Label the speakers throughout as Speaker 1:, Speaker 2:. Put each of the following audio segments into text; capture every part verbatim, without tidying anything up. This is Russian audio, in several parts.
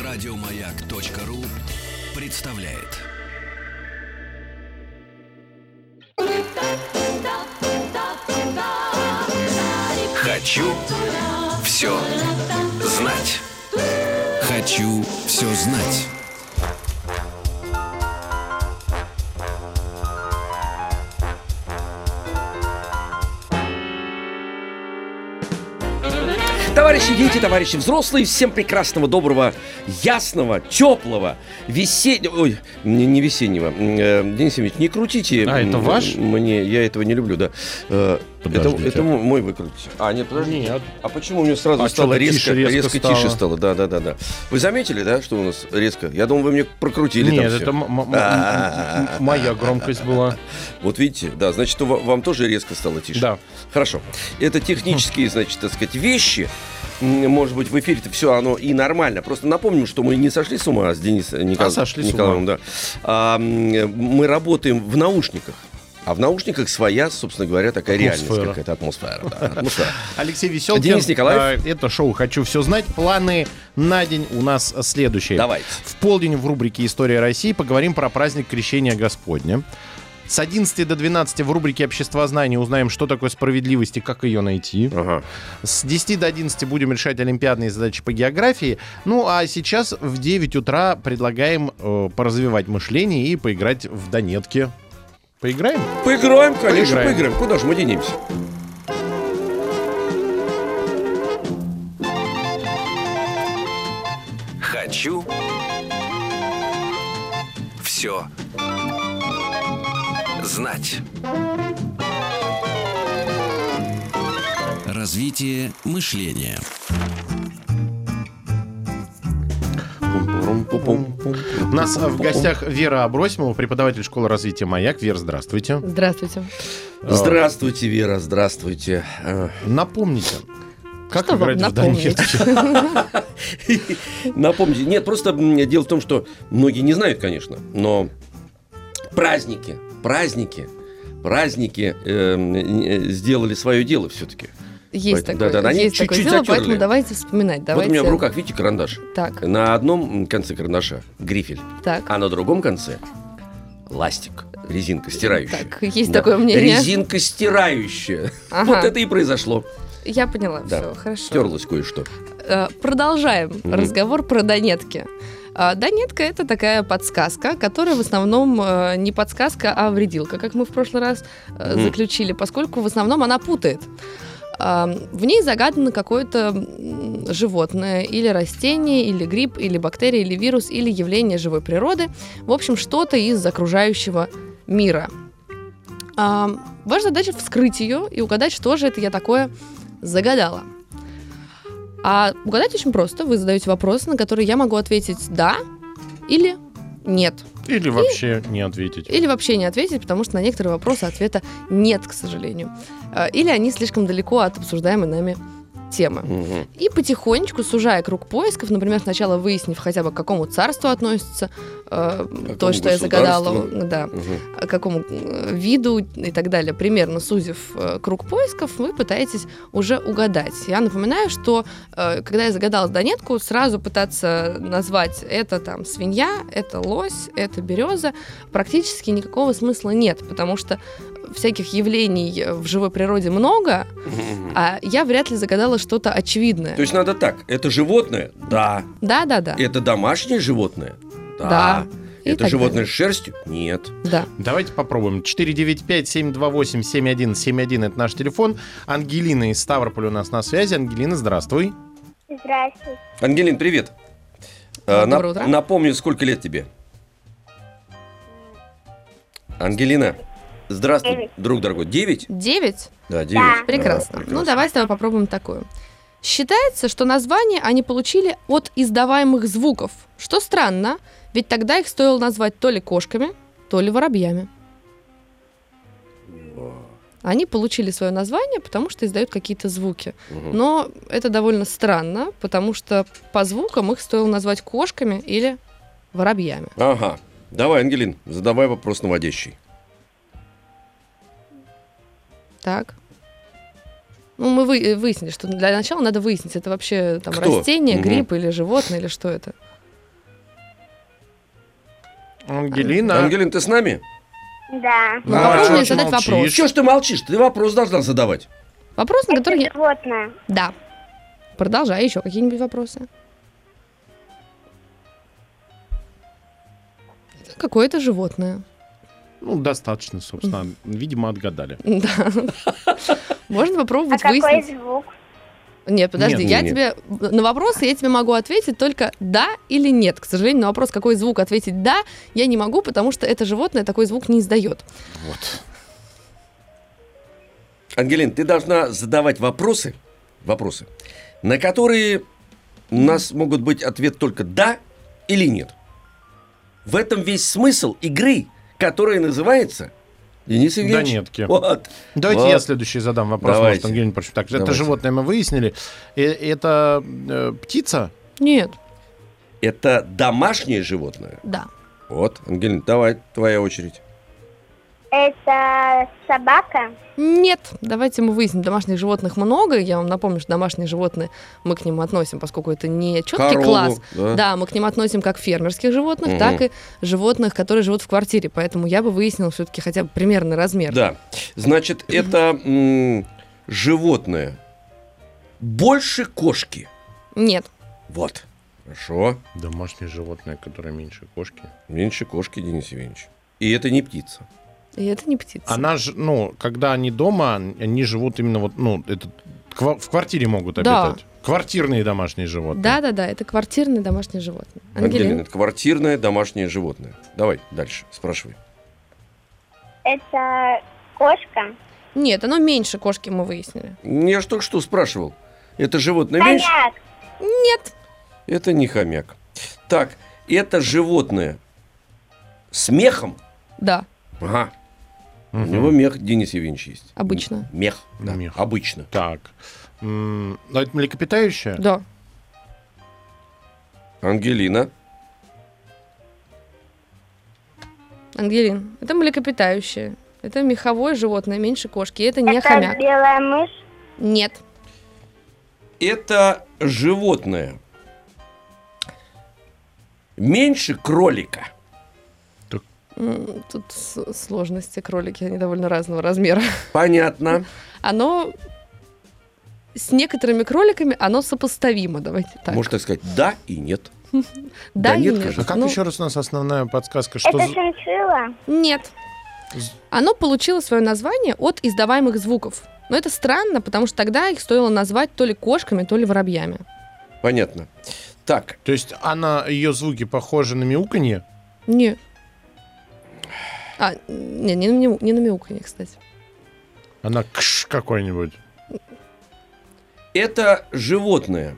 Speaker 1: Радиомаяк.ру представляет. Хочу все знать. Хочу все знать.
Speaker 2: Товарищи дети, товарищи взрослые, всем прекрасного, доброго, ясного, теплого, весеннего, ой, не, не весеннего, э, Денис Евгеньевич, не крутите.
Speaker 3: А, это ваш?
Speaker 2: Мне, я этого не люблю, да. Э, это, это мой выкрутите. А, нет, подожди.
Speaker 3: Нет.
Speaker 2: А почему у меня сразу
Speaker 3: а
Speaker 2: стало резко,
Speaker 3: тише, резко,
Speaker 2: резко
Speaker 3: стало.
Speaker 2: тише стало? Да, да, да, да. Вы заметили, да, что у нас резко? Я думал, вы мне прокрутили.
Speaker 3: Нет,
Speaker 2: там
Speaker 3: это м- м- м- моя громкость была.
Speaker 2: Вот видите, да, значит, вам тоже резко стало тише.
Speaker 3: Да.
Speaker 2: Хорошо. Это технические, значит, так сказать, вещи. Может быть, в эфире-то все оно и нормально. Просто напомним, что мы не сошли с ума с Денисом Никол...
Speaker 3: а, сошли
Speaker 2: Николаевым.
Speaker 3: с ума.
Speaker 2: Да. А, мы работаем в наушниках. А в наушниках своя, собственно говоря, такая
Speaker 3: Атмосфера.
Speaker 2: реальность какая-то, атмосфера. Да, атмосфера.
Speaker 3: Алексей Веселкин.
Speaker 2: Денис Николаев.
Speaker 3: Это шоу «Хочу все знать». Планы на день у нас следующие.
Speaker 2: Давайте.
Speaker 3: В полдень в рубрике «История России» поговорим про праздник Крещения Господня. С одиннадцати до двенадцати в рубрике «Обществознание» узнаем, что такое справедливость и как ее найти.
Speaker 2: Ага.
Speaker 3: С десяти до одиннадцати будем решать олимпиадные задачи по географии. Ну, а сейчас в девять утра предлагаем э, поразвивать мышление и поиграть в Донетки. Поиграем?
Speaker 2: Поиграем, конечно,
Speaker 3: Поиграем.
Speaker 2: поиграем. Куда же мы денемся?
Speaker 1: Хочу все знать. Развитие мышления.
Speaker 3: У нас в гостях Вера Абросимова, преподаватель школы развития «Маяк». Вера, здравствуйте.
Speaker 4: Здравствуйте.
Speaker 2: Здравствуйте, Вера, здравствуйте.
Speaker 3: Напомните, как
Speaker 4: Что вам
Speaker 3: играть в
Speaker 4: напомнить?
Speaker 3: Донетки?
Speaker 2: Напомните. Нет, просто м, дело в том, что многие не знают, конечно, но праздники, праздники, праздники э, э, сделали свое дело все-таки.
Speaker 4: Есть
Speaker 2: Поэтому,
Speaker 4: такое,
Speaker 2: да, да, они
Speaker 4: есть такое
Speaker 2: чуть-чуть
Speaker 4: дело,
Speaker 2: затерли.
Speaker 4: поэтому давайте вспоминать. Давайте...
Speaker 2: Вот у меня в руках, видите, карандаш.
Speaker 4: Так,
Speaker 2: На одном конце карандаша грифель,
Speaker 4: так,
Speaker 2: а на другом конце ластик, резинка стирающая.
Speaker 4: так, есть
Speaker 2: Да.
Speaker 4: такое мнение.
Speaker 2: Резинка стирающая.
Speaker 4: Ага.
Speaker 2: Вот это и произошло.
Speaker 4: Я поняла,
Speaker 2: Да.
Speaker 4: все, хорошо.
Speaker 2: Стерлось кое-что.
Speaker 4: Э, Продолжаем
Speaker 2: Мгм.
Speaker 4: разговор про Донетки. А, Донетка — это такая подсказка, которая в основном э, не подсказка, а вредилка, как мы в прошлый раз э,
Speaker 2: Мгм.
Speaker 4: заключили, поскольку в основном она путает. А, В ней загадано какое-то м, животное, или растение, или гриб, или бактерия, или вирус, или явление живой природы. В общем, что-то из окружающего мира. А, Ваша задача вскрыть ее и угадать, что же это я такое загадала. А угадать очень просто. Вы задаете вопросы, на которые я могу ответить «да» или «нет».
Speaker 3: Или вообще не ответить.
Speaker 4: Или вообще не ответить, потому что на некоторые вопросы ответа нет, к сожалению. А, Или они слишком далеко от обсуждаемой нами темы.
Speaker 2: Мгм.
Speaker 4: И потихонечку, сужая круг поисков, например, сначала выяснив хотя бы к какому царству относится э, то, что я загадала,
Speaker 2: государству?
Speaker 4: да,
Speaker 2: Мгм.
Speaker 4: к какому э, виду и так далее, примерно сузив э, круг поисков, вы пытаетесь уже угадать. Я напоминаю, что э, когда я загадала Донетку, сразу пытаться назвать это там свинья, это лось, это береза, практически никакого смысла нет, потому что всяких явлений в живой природе много,
Speaker 2: Мгм.
Speaker 4: а я вряд ли загадала что-то очевидное.
Speaker 2: То есть надо так. Это животное? Да.
Speaker 4: Да-да-да.
Speaker 2: Это домашнее животное?
Speaker 4: Да. И
Speaker 2: Это
Speaker 4: так
Speaker 2: животное
Speaker 4: далее.
Speaker 2: с шерстью? Нет.
Speaker 4: Да.
Speaker 3: Давайте попробуем. четыре девять пять семь два восемь семь один семь один это наш телефон. Ангелина из Ставрополя у нас на связи. Ангелина, здравствуй.
Speaker 5: Здравствуйте.
Speaker 2: Ангелин, привет.
Speaker 4: Да,
Speaker 2: А, нап-
Speaker 4: доброе утро.
Speaker 2: Напомню, сколько лет тебе? Ангелина, здравствуй,
Speaker 5: Девять.
Speaker 2: друг дорогой. Девять?
Speaker 4: Девять?
Speaker 2: Да, девять.
Speaker 4: Прекрасно.
Speaker 2: Да,
Speaker 4: Ну, давай с тобой попробуем такое. Считается, что название они получили от издаваемых звуков. Что странно, ведь тогда их стоило назвать то ли кошками, то ли воробьями. Они получили свое название, потому что издают какие-то звуки.
Speaker 2: Мгм.
Speaker 4: Но это довольно странно, потому что по звукам их стоило назвать кошками или воробьями.
Speaker 2: Ага. Давай, Ангелин, задавай вопрос наводящий.
Speaker 4: Так. Ну, мы выяснили, что для начала надо выяснить, это вообще там
Speaker 2: Кто?
Speaker 4: растение,
Speaker 2: Мгм.
Speaker 4: гриб или животное, или что это.
Speaker 3: Ангелина.
Speaker 2: Ангелин, ты с нами?
Speaker 5: Да.
Speaker 4: Ну,
Speaker 2: А,
Speaker 4: попробуй
Speaker 3: чё
Speaker 4: мне
Speaker 3: ж
Speaker 4: задать
Speaker 3: молчишь?
Speaker 4: вопрос.
Speaker 2: Чего ж ты молчишь? Ты вопрос должна задавать.
Speaker 4: Вопрос, на который я...
Speaker 5: Это животное.
Speaker 4: Да. Продолжай еще какие-нибудь вопросы. Это какое-то животное.
Speaker 3: Ну, достаточно, собственно. Видимо, отгадали.
Speaker 4: Да. Можно
Speaker 5: А
Speaker 4: попробовать
Speaker 5: какой
Speaker 4: выяснить.
Speaker 5: звук?
Speaker 4: Нет, подожди,
Speaker 2: Нет,
Speaker 4: я
Speaker 2: нет,
Speaker 4: тебе на вопросы я тебе могу ответить только да или нет. К сожалению, на вопрос, какой звук ответить да, я не могу, потому что это животное такой звук не издает.
Speaker 3: Вот.
Speaker 2: Ангелин, ты должна задавать вопросы, вопросы, на которые у нас могут быть ответ только да или нет. В этом весь смысл игры, которая называется... Денис Евгеньевич?
Speaker 3: Донетки.
Speaker 2: Вот.
Speaker 3: Давайте
Speaker 2: Вот.
Speaker 3: я следующий задам вопрос.
Speaker 2: Давайте.
Speaker 3: Может, Ангелина прочитает. Так, это
Speaker 2: Давайте.
Speaker 3: животное мы выяснили. Э, Это э, птица?
Speaker 4: Нет,
Speaker 2: Это домашнее животное.
Speaker 4: да.
Speaker 2: Вот, Ангелин, давай, твоя очередь.
Speaker 5: Это собака?
Speaker 4: Нет, давайте мы выясним. Домашних животных много. Я вам напомню, что домашние животные мы к ним относим, поскольку это не четкий
Speaker 2: Корову,
Speaker 4: класс.
Speaker 2: да?
Speaker 4: Да, мы к ним относим как фермерских животных,
Speaker 2: Мгм.
Speaker 4: так и животных, которые живут в квартире. Поэтому я бы выяснила все-таки хотя бы примерный размер.
Speaker 2: Да. Значит, это м, животное больше кошки.
Speaker 4: Нет.
Speaker 2: Вот. Хорошо.
Speaker 3: Домашнее животное, которое меньше кошки.
Speaker 2: Меньше кошки, Денис Евгеньевич. И это не птица.
Speaker 4: И это не птица.
Speaker 3: Она же, ну, когда они дома, они живут именно вот, ну, это ква- в квартире могут
Speaker 4: Да.
Speaker 3: обитать. Квартирные домашние животные.
Speaker 4: Да-да-да, это квартирное домашнее животное.
Speaker 2: Ангелина,
Speaker 4: Ангелина.
Speaker 2: это квартирное домашнее животное. Давай дальше, спрашивай.
Speaker 5: Это кошка?
Speaker 4: Нет, оно меньше кошки, мы выяснили.
Speaker 2: Я ж только что спрашивал. Это животное меньше?
Speaker 5: Хомяк?
Speaker 4: Нет.
Speaker 2: Это не хомяк. Так, это животное с мехом?
Speaker 4: Да,
Speaker 2: Ага.
Speaker 3: Мгм.
Speaker 2: У него мех, Денис Евгеньевич, есть.
Speaker 4: обычно.
Speaker 2: Мех, да,
Speaker 3: Мех.
Speaker 2: обычно.
Speaker 3: Так. М, ну, это млекопитающее?
Speaker 4: Да.
Speaker 2: Ангелина.
Speaker 4: Ангелин, это млекопитающее. Это меховое животное, меньше кошки. И это не
Speaker 5: Это
Speaker 4: хомяк.
Speaker 5: белая мышь?
Speaker 4: Нет.
Speaker 2: Это животное меньше кролика.
Speaker 4: М, Тут с- сложности кролики, они довольно разного размера.
Speaker 2: Понятно.
Speaker 4: Оно с некоторыми кроликами оно сопоставимо, давайте так.
Speaker 2: Можно так сказать, да и нет.
Speaker 4: да,
Speaker 2: да
Speaker 4: и
Speaker 2: нет,
Speaker 4: нет.
Speaker 2: конечно.
Speaker 3: А как
Speaker 4: Ну,
Speaker 3: еще раз у нас основная подсказка? Что
Speaker 5: Это
Speaker 3: за-
Speaker 5: шиншилла?
Speaker 4: Нет. Оно получило свое название от издаваемых звуков. Но это странно, потому что тогда их стоило назвать то ли кошками, то ли воробьями.
Speaker 2: Понятно. Так,
Speaker 3: То есть она, ее звуки похожи на мяуканье?
Speaker 4: Нет. А, не, не, на мяу- не на мяуканье, кстати.
Speaker 3: Она кш какой-нибудь?
Speaker 2: это животное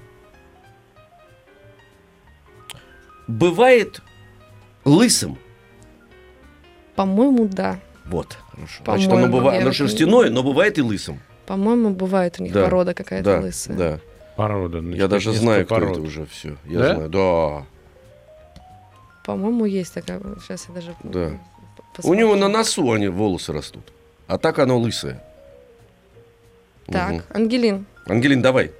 Speaker 2: бывает лысым.
Speaker 4: По-моему, да.
Speaker 2: Вот, хорошо. Значит, оно,
Speaker 4: По-моему,
Speaker 2: бывает,
Speaker 4: я
Speaker 2: оно
Speaker 4: вот
Speaker 2: шерстяное, но бывает и лысым.
Speaker 4: По-моему, бывает у них
Speaker 2: Да,
Speaker 4: порода какая-то
Speaker 2: Да,
Speaker 4: лысая.
Speaker 2: да.
Speaker 3: Порода. ну,
Speaker 2: Я даже
Speaker 3: несколько
Speaker 2: знаю, кто
Speaker 3: пород.
Speaker 2: это уже все. Я
Speaker 3: Да?
Speaker 2: знаю, да.
Speaker 4: По-моему, есть такая. Сейчас я даже.
Speaker 2: Да.
Speaker 4: п-
Speaker 2: У
Speaker 4: посмотрю.
Speaker 2: него на носу они волосы растут. А так оно лысое.
Speaker 4: Так,
Speaker 2: Мгм.
Speaker 4: Ангелин.
Speaker 2: Ангелин, давай.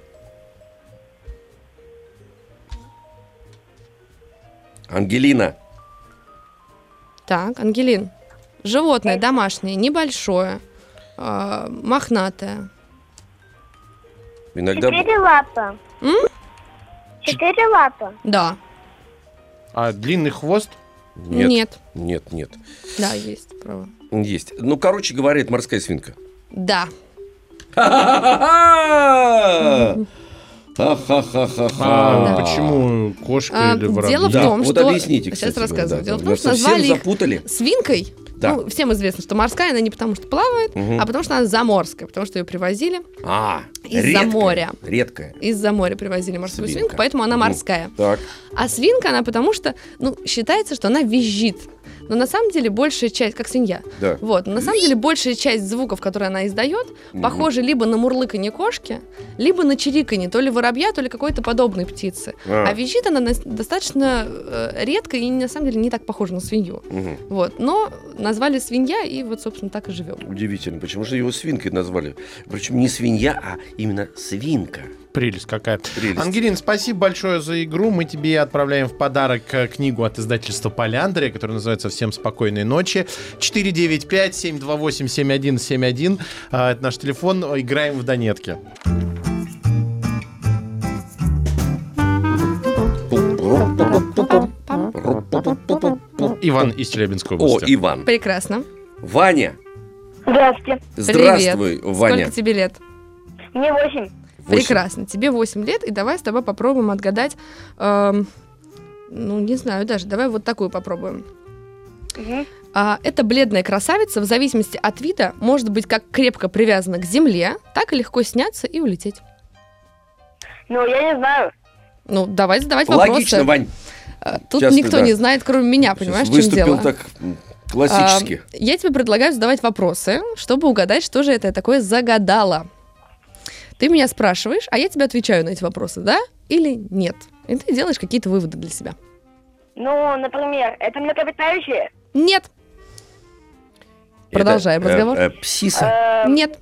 Speaker 2: Ангелина.
Speaker 4: Так, Ангелин. Животное домашнее, небольшое, а, мохнатое.
Speaker 2: Иногда...
Speaker 5: Четыре лапы.
Speaker 4: М?
Speaker 5: Четыре лапы.
Speaker 4: Да.
Speaker 3: А длинный хвост?
Speaker 2: Нет,
Speaker 4: Нет.
Speaker 2: нет, нет.
Speaker 4: Да, есть, право.
Speaker 2: Есть. Ну, короче говоря, это морская свинка.
Speaker 4: Да.
Speaker 2: Ха-ха-ха-ха!
Speaker 3: А
Speaker 2: Ха-ха-ха-ха-ха.
Speaker 3: почему кошка
Speaker 4: А,
Speaker 3: или воробей?
Speaker 4: дело в
Speaker 2: Да,
Speaker 4: том,
Speaker 2: вот
Speaker 4: что...
Speaker 2: объясните,
Speaker 4: Сейчас
Speaker 2: кстати,
Speaker 4: рассказываю.
Speaker 2: да,
Speaker 4: Дело
Speaker 2: да,
Speaker 4: в том, что
Speaker 2: нас совсем
Speaker 4: назвали их
Speaker 2: запутали.
Speaker 4: свинкой.
Speaker 2: Да.
Speaker 4: Ну, всем известно, что морская она не потому, что плавает,
Speaker 2: Мгм.
Speaker 4: а потому что она заморская, потому что ее привозили
Speaker 2: А,
Speaker 4: из-за
Speaker 2: редкая,
Speaker 4: моря.
Speaker 2: Редкая.
Speaker 4: из-за моря, привозили морскую
Speaker 2: Свинка.
Speaker 4: свинку, поэтому она
Speaker 2: Мгм.
Speaker 4: морская.
Speaker 2: Так.
Speaker 4: А свинка она потому что, ну, считается, что она визжит. Но на самом деле большая часть, как свинья,
Speaker 2: Да.
Speaker 4: вот, но на самом деле большая часть звуков, которые она издает,
Speaker 2: Мгм.
Speaker 4: похожи либо на мурлыканье кошки, либо на чириканье то ли воробья, то ли какой-то подобной птицы.
Speaker 2: А.
Speaker 4: А, визжит она нас- достаточно э, редко и на самом деле не так похожа на свинью.
Speaker 2: Мгм.
Speaker 4: Вот, но назвали свинья и вот, собственно, так и живем.
Speaker 2: Удивительно, почему же его свинкой назвали? Причем не свинья, а именно свинка.
Speaker 3: Прелесть какая.
Speaker 2: Прелесть.
Speaker 3: Ангелин, спасибо большое за игру. Мы тебе отправляем в подарок э, книгу от издательства «Поляндрия», которая называется «Всем спокойной ночи». четыре девять пять семь два восемь семь один семь один. Э, это наш телефон. Играем в Донетке. Иван из Челябинской
Speaker 2: О,
Speaker 3: области.
Speaker 2: Иван.
Speaker 4: Прекрасно.
Speaker 2: Ваня.
Speaker 5: Здравствуйте.
Speaker 2: Здравствуй,
Speaker 4: Привет.
Speaker 2: Ваня.
Speaker 4: Сколько тебе лет?
Speaker 5: Мне восемь.
Speaker 2: Восемь.
Speaker 4: Прекрасно. Тебе восемь лет, и давай с тобой попробуем отгадать. эм, ну, не знаю даже. Давай вот такую попробуем.
Speaker 5: Мгм.
Speaker 4: А, эта бледная красавица, в зависимости от вида, может быть как крепко привязана к земле, так и легко сняться и улететь.
Speaker 5: Ну, я не знаю.
Speaker 4: Ну, давай задавать
Speaker 2: Логично,
Speaker 4: вопросы.
Speaker 2: Вань.
Speaker 4: А, Тут
Speaker 2: Сейчас ты,
Speaker 4: никто
Speaker 2: да.
Speaker 4: не знает, кроме меня, понимаешь, в чем
Speaker 2: Выступил
Speaker 4: дело.
Speaker 2: так м, классически.
Speaker 4: А, я тебе предлагаю задавать вопросы, чтобы угадать, что же это я такое загадала. Ты меня спрашиваешь, а я тебе отвечаю на эти вопросы, да или нет. И ты делаешь какие-то выводы для себя.
Speaker 5: Ну, например, это млекопитающее?
Speaker 4: Нет. Продолжаем
Speaker 2: Это, э,
Speaker 4: разговор.
Speaker 2: э, Псиса.
Speaker 5: Эм,
Speaker 4: Нет.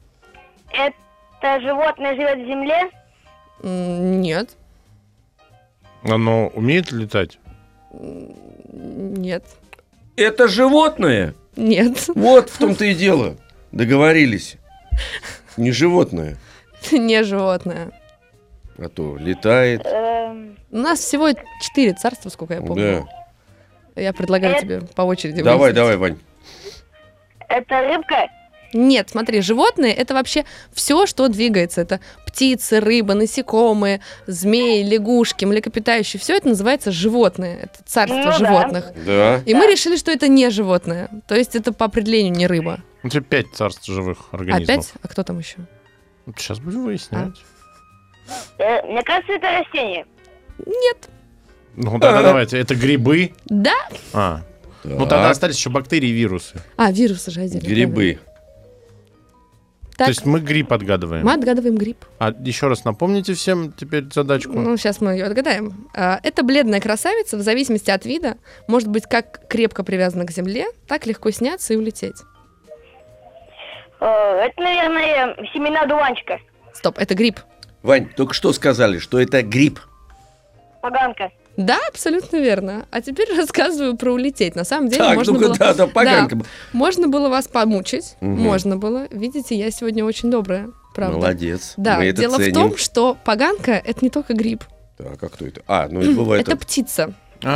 Speaker 5: Это животное живет в земле?
Speaker 4: М, Нет.
Speaker 3: Оно умеет летать?
Speaker 4: Нет.
Speaker 2: Это животное?
Speaker 4: Нет.
Speaker 2: Вот в том-то и дело. Договорились. Не животное,
Speaker 4: Не животное.
Speaker 2: а то летает.
Speaker 5: Эм,
Speaker 4: У нас всего четыре царства, сколько я помню. Я предлагаю
Speaker 5: Э,
Speaker 4: тебе по очереди
Speaker 2: Давай,
Speaker 4: выяснить.
Speaker 2: давай, Вань.
Speaker 5: это рыбка?
Speaker 4: Нет, смотри, животные — это вообще все, что двигается. Это птицы, рыба, насекомые, змеи, лягушки, млекопитающие. Все это называется животные. Это царство
Speaker 5: Ну да.
Speaker 4: животных.
Speaker 2: Да.
Speaker 4: И мы решили, что это не животное. То есть это по определению не рыба.
Speaker 3: У тебя пять царств живых организмов.
Speaker 4: Опять? А кто там еще?
Speaker 3: Вот сейчас будем выяснять.
Speaker 5: Э, мне кажется, это растение.
Speaker 4: Нет.
Speaker 3: Ну тогда давайте. Это грибы.
Speaker 4: Да?
Speaker 3: А. Ну
Speaker 2: Так.
Speaker 3: тогда остались еще бактерии и вирусы.
Speaker 4: А, вирусы же отдельно.
Speaker 2: Грибы.
Speaker 3: То
Speaker 4: Так,
Speaker 3: есть мы гриб отгадываем.
Speaker 4: мы отгадываем гриб.
Speaker 3: А еще раз напомните всем теперь задачку.
Speaker 4: Ну, сейчас мы ее отгадаем. А, Это бледная красавица, в зависимости от вида, может быть как крепко привязана к земле, так легко сняться и улететь.
Speaker 5: Э, это, наверное, семена дуванчика.
Speaker 4: Стоп, это гриб.
Speaker 2: Вань, только что сказали, что это гриб.
Speaker 5: Поганка.
Speaker 4: Да, абсолютно верно. А теперь рассказываю про улететь. На самом деле
Speaker 2: Так,
Speaker 4: можно
Speaker 2: ну-ка,
Speaker 4: было...
Speaker 2: да, да, поганка.
Speaker 4: Да, можно было вас помучить.
Speaker 2: Мгм.
Speaker 4: Можно было. Видите, я сегодня очень добрая. Правда.
Speaker 2: Молодец.
Speaker 4: Да,
Speaker 2: Мы это
Speaker 4: дело
Speaker 2: ценим.
Speaker 4: в том, что поганка — это не только гриб.
Speaker 2: Так, а кто это? А, ну это бывает.
Speaker 4: Это птица.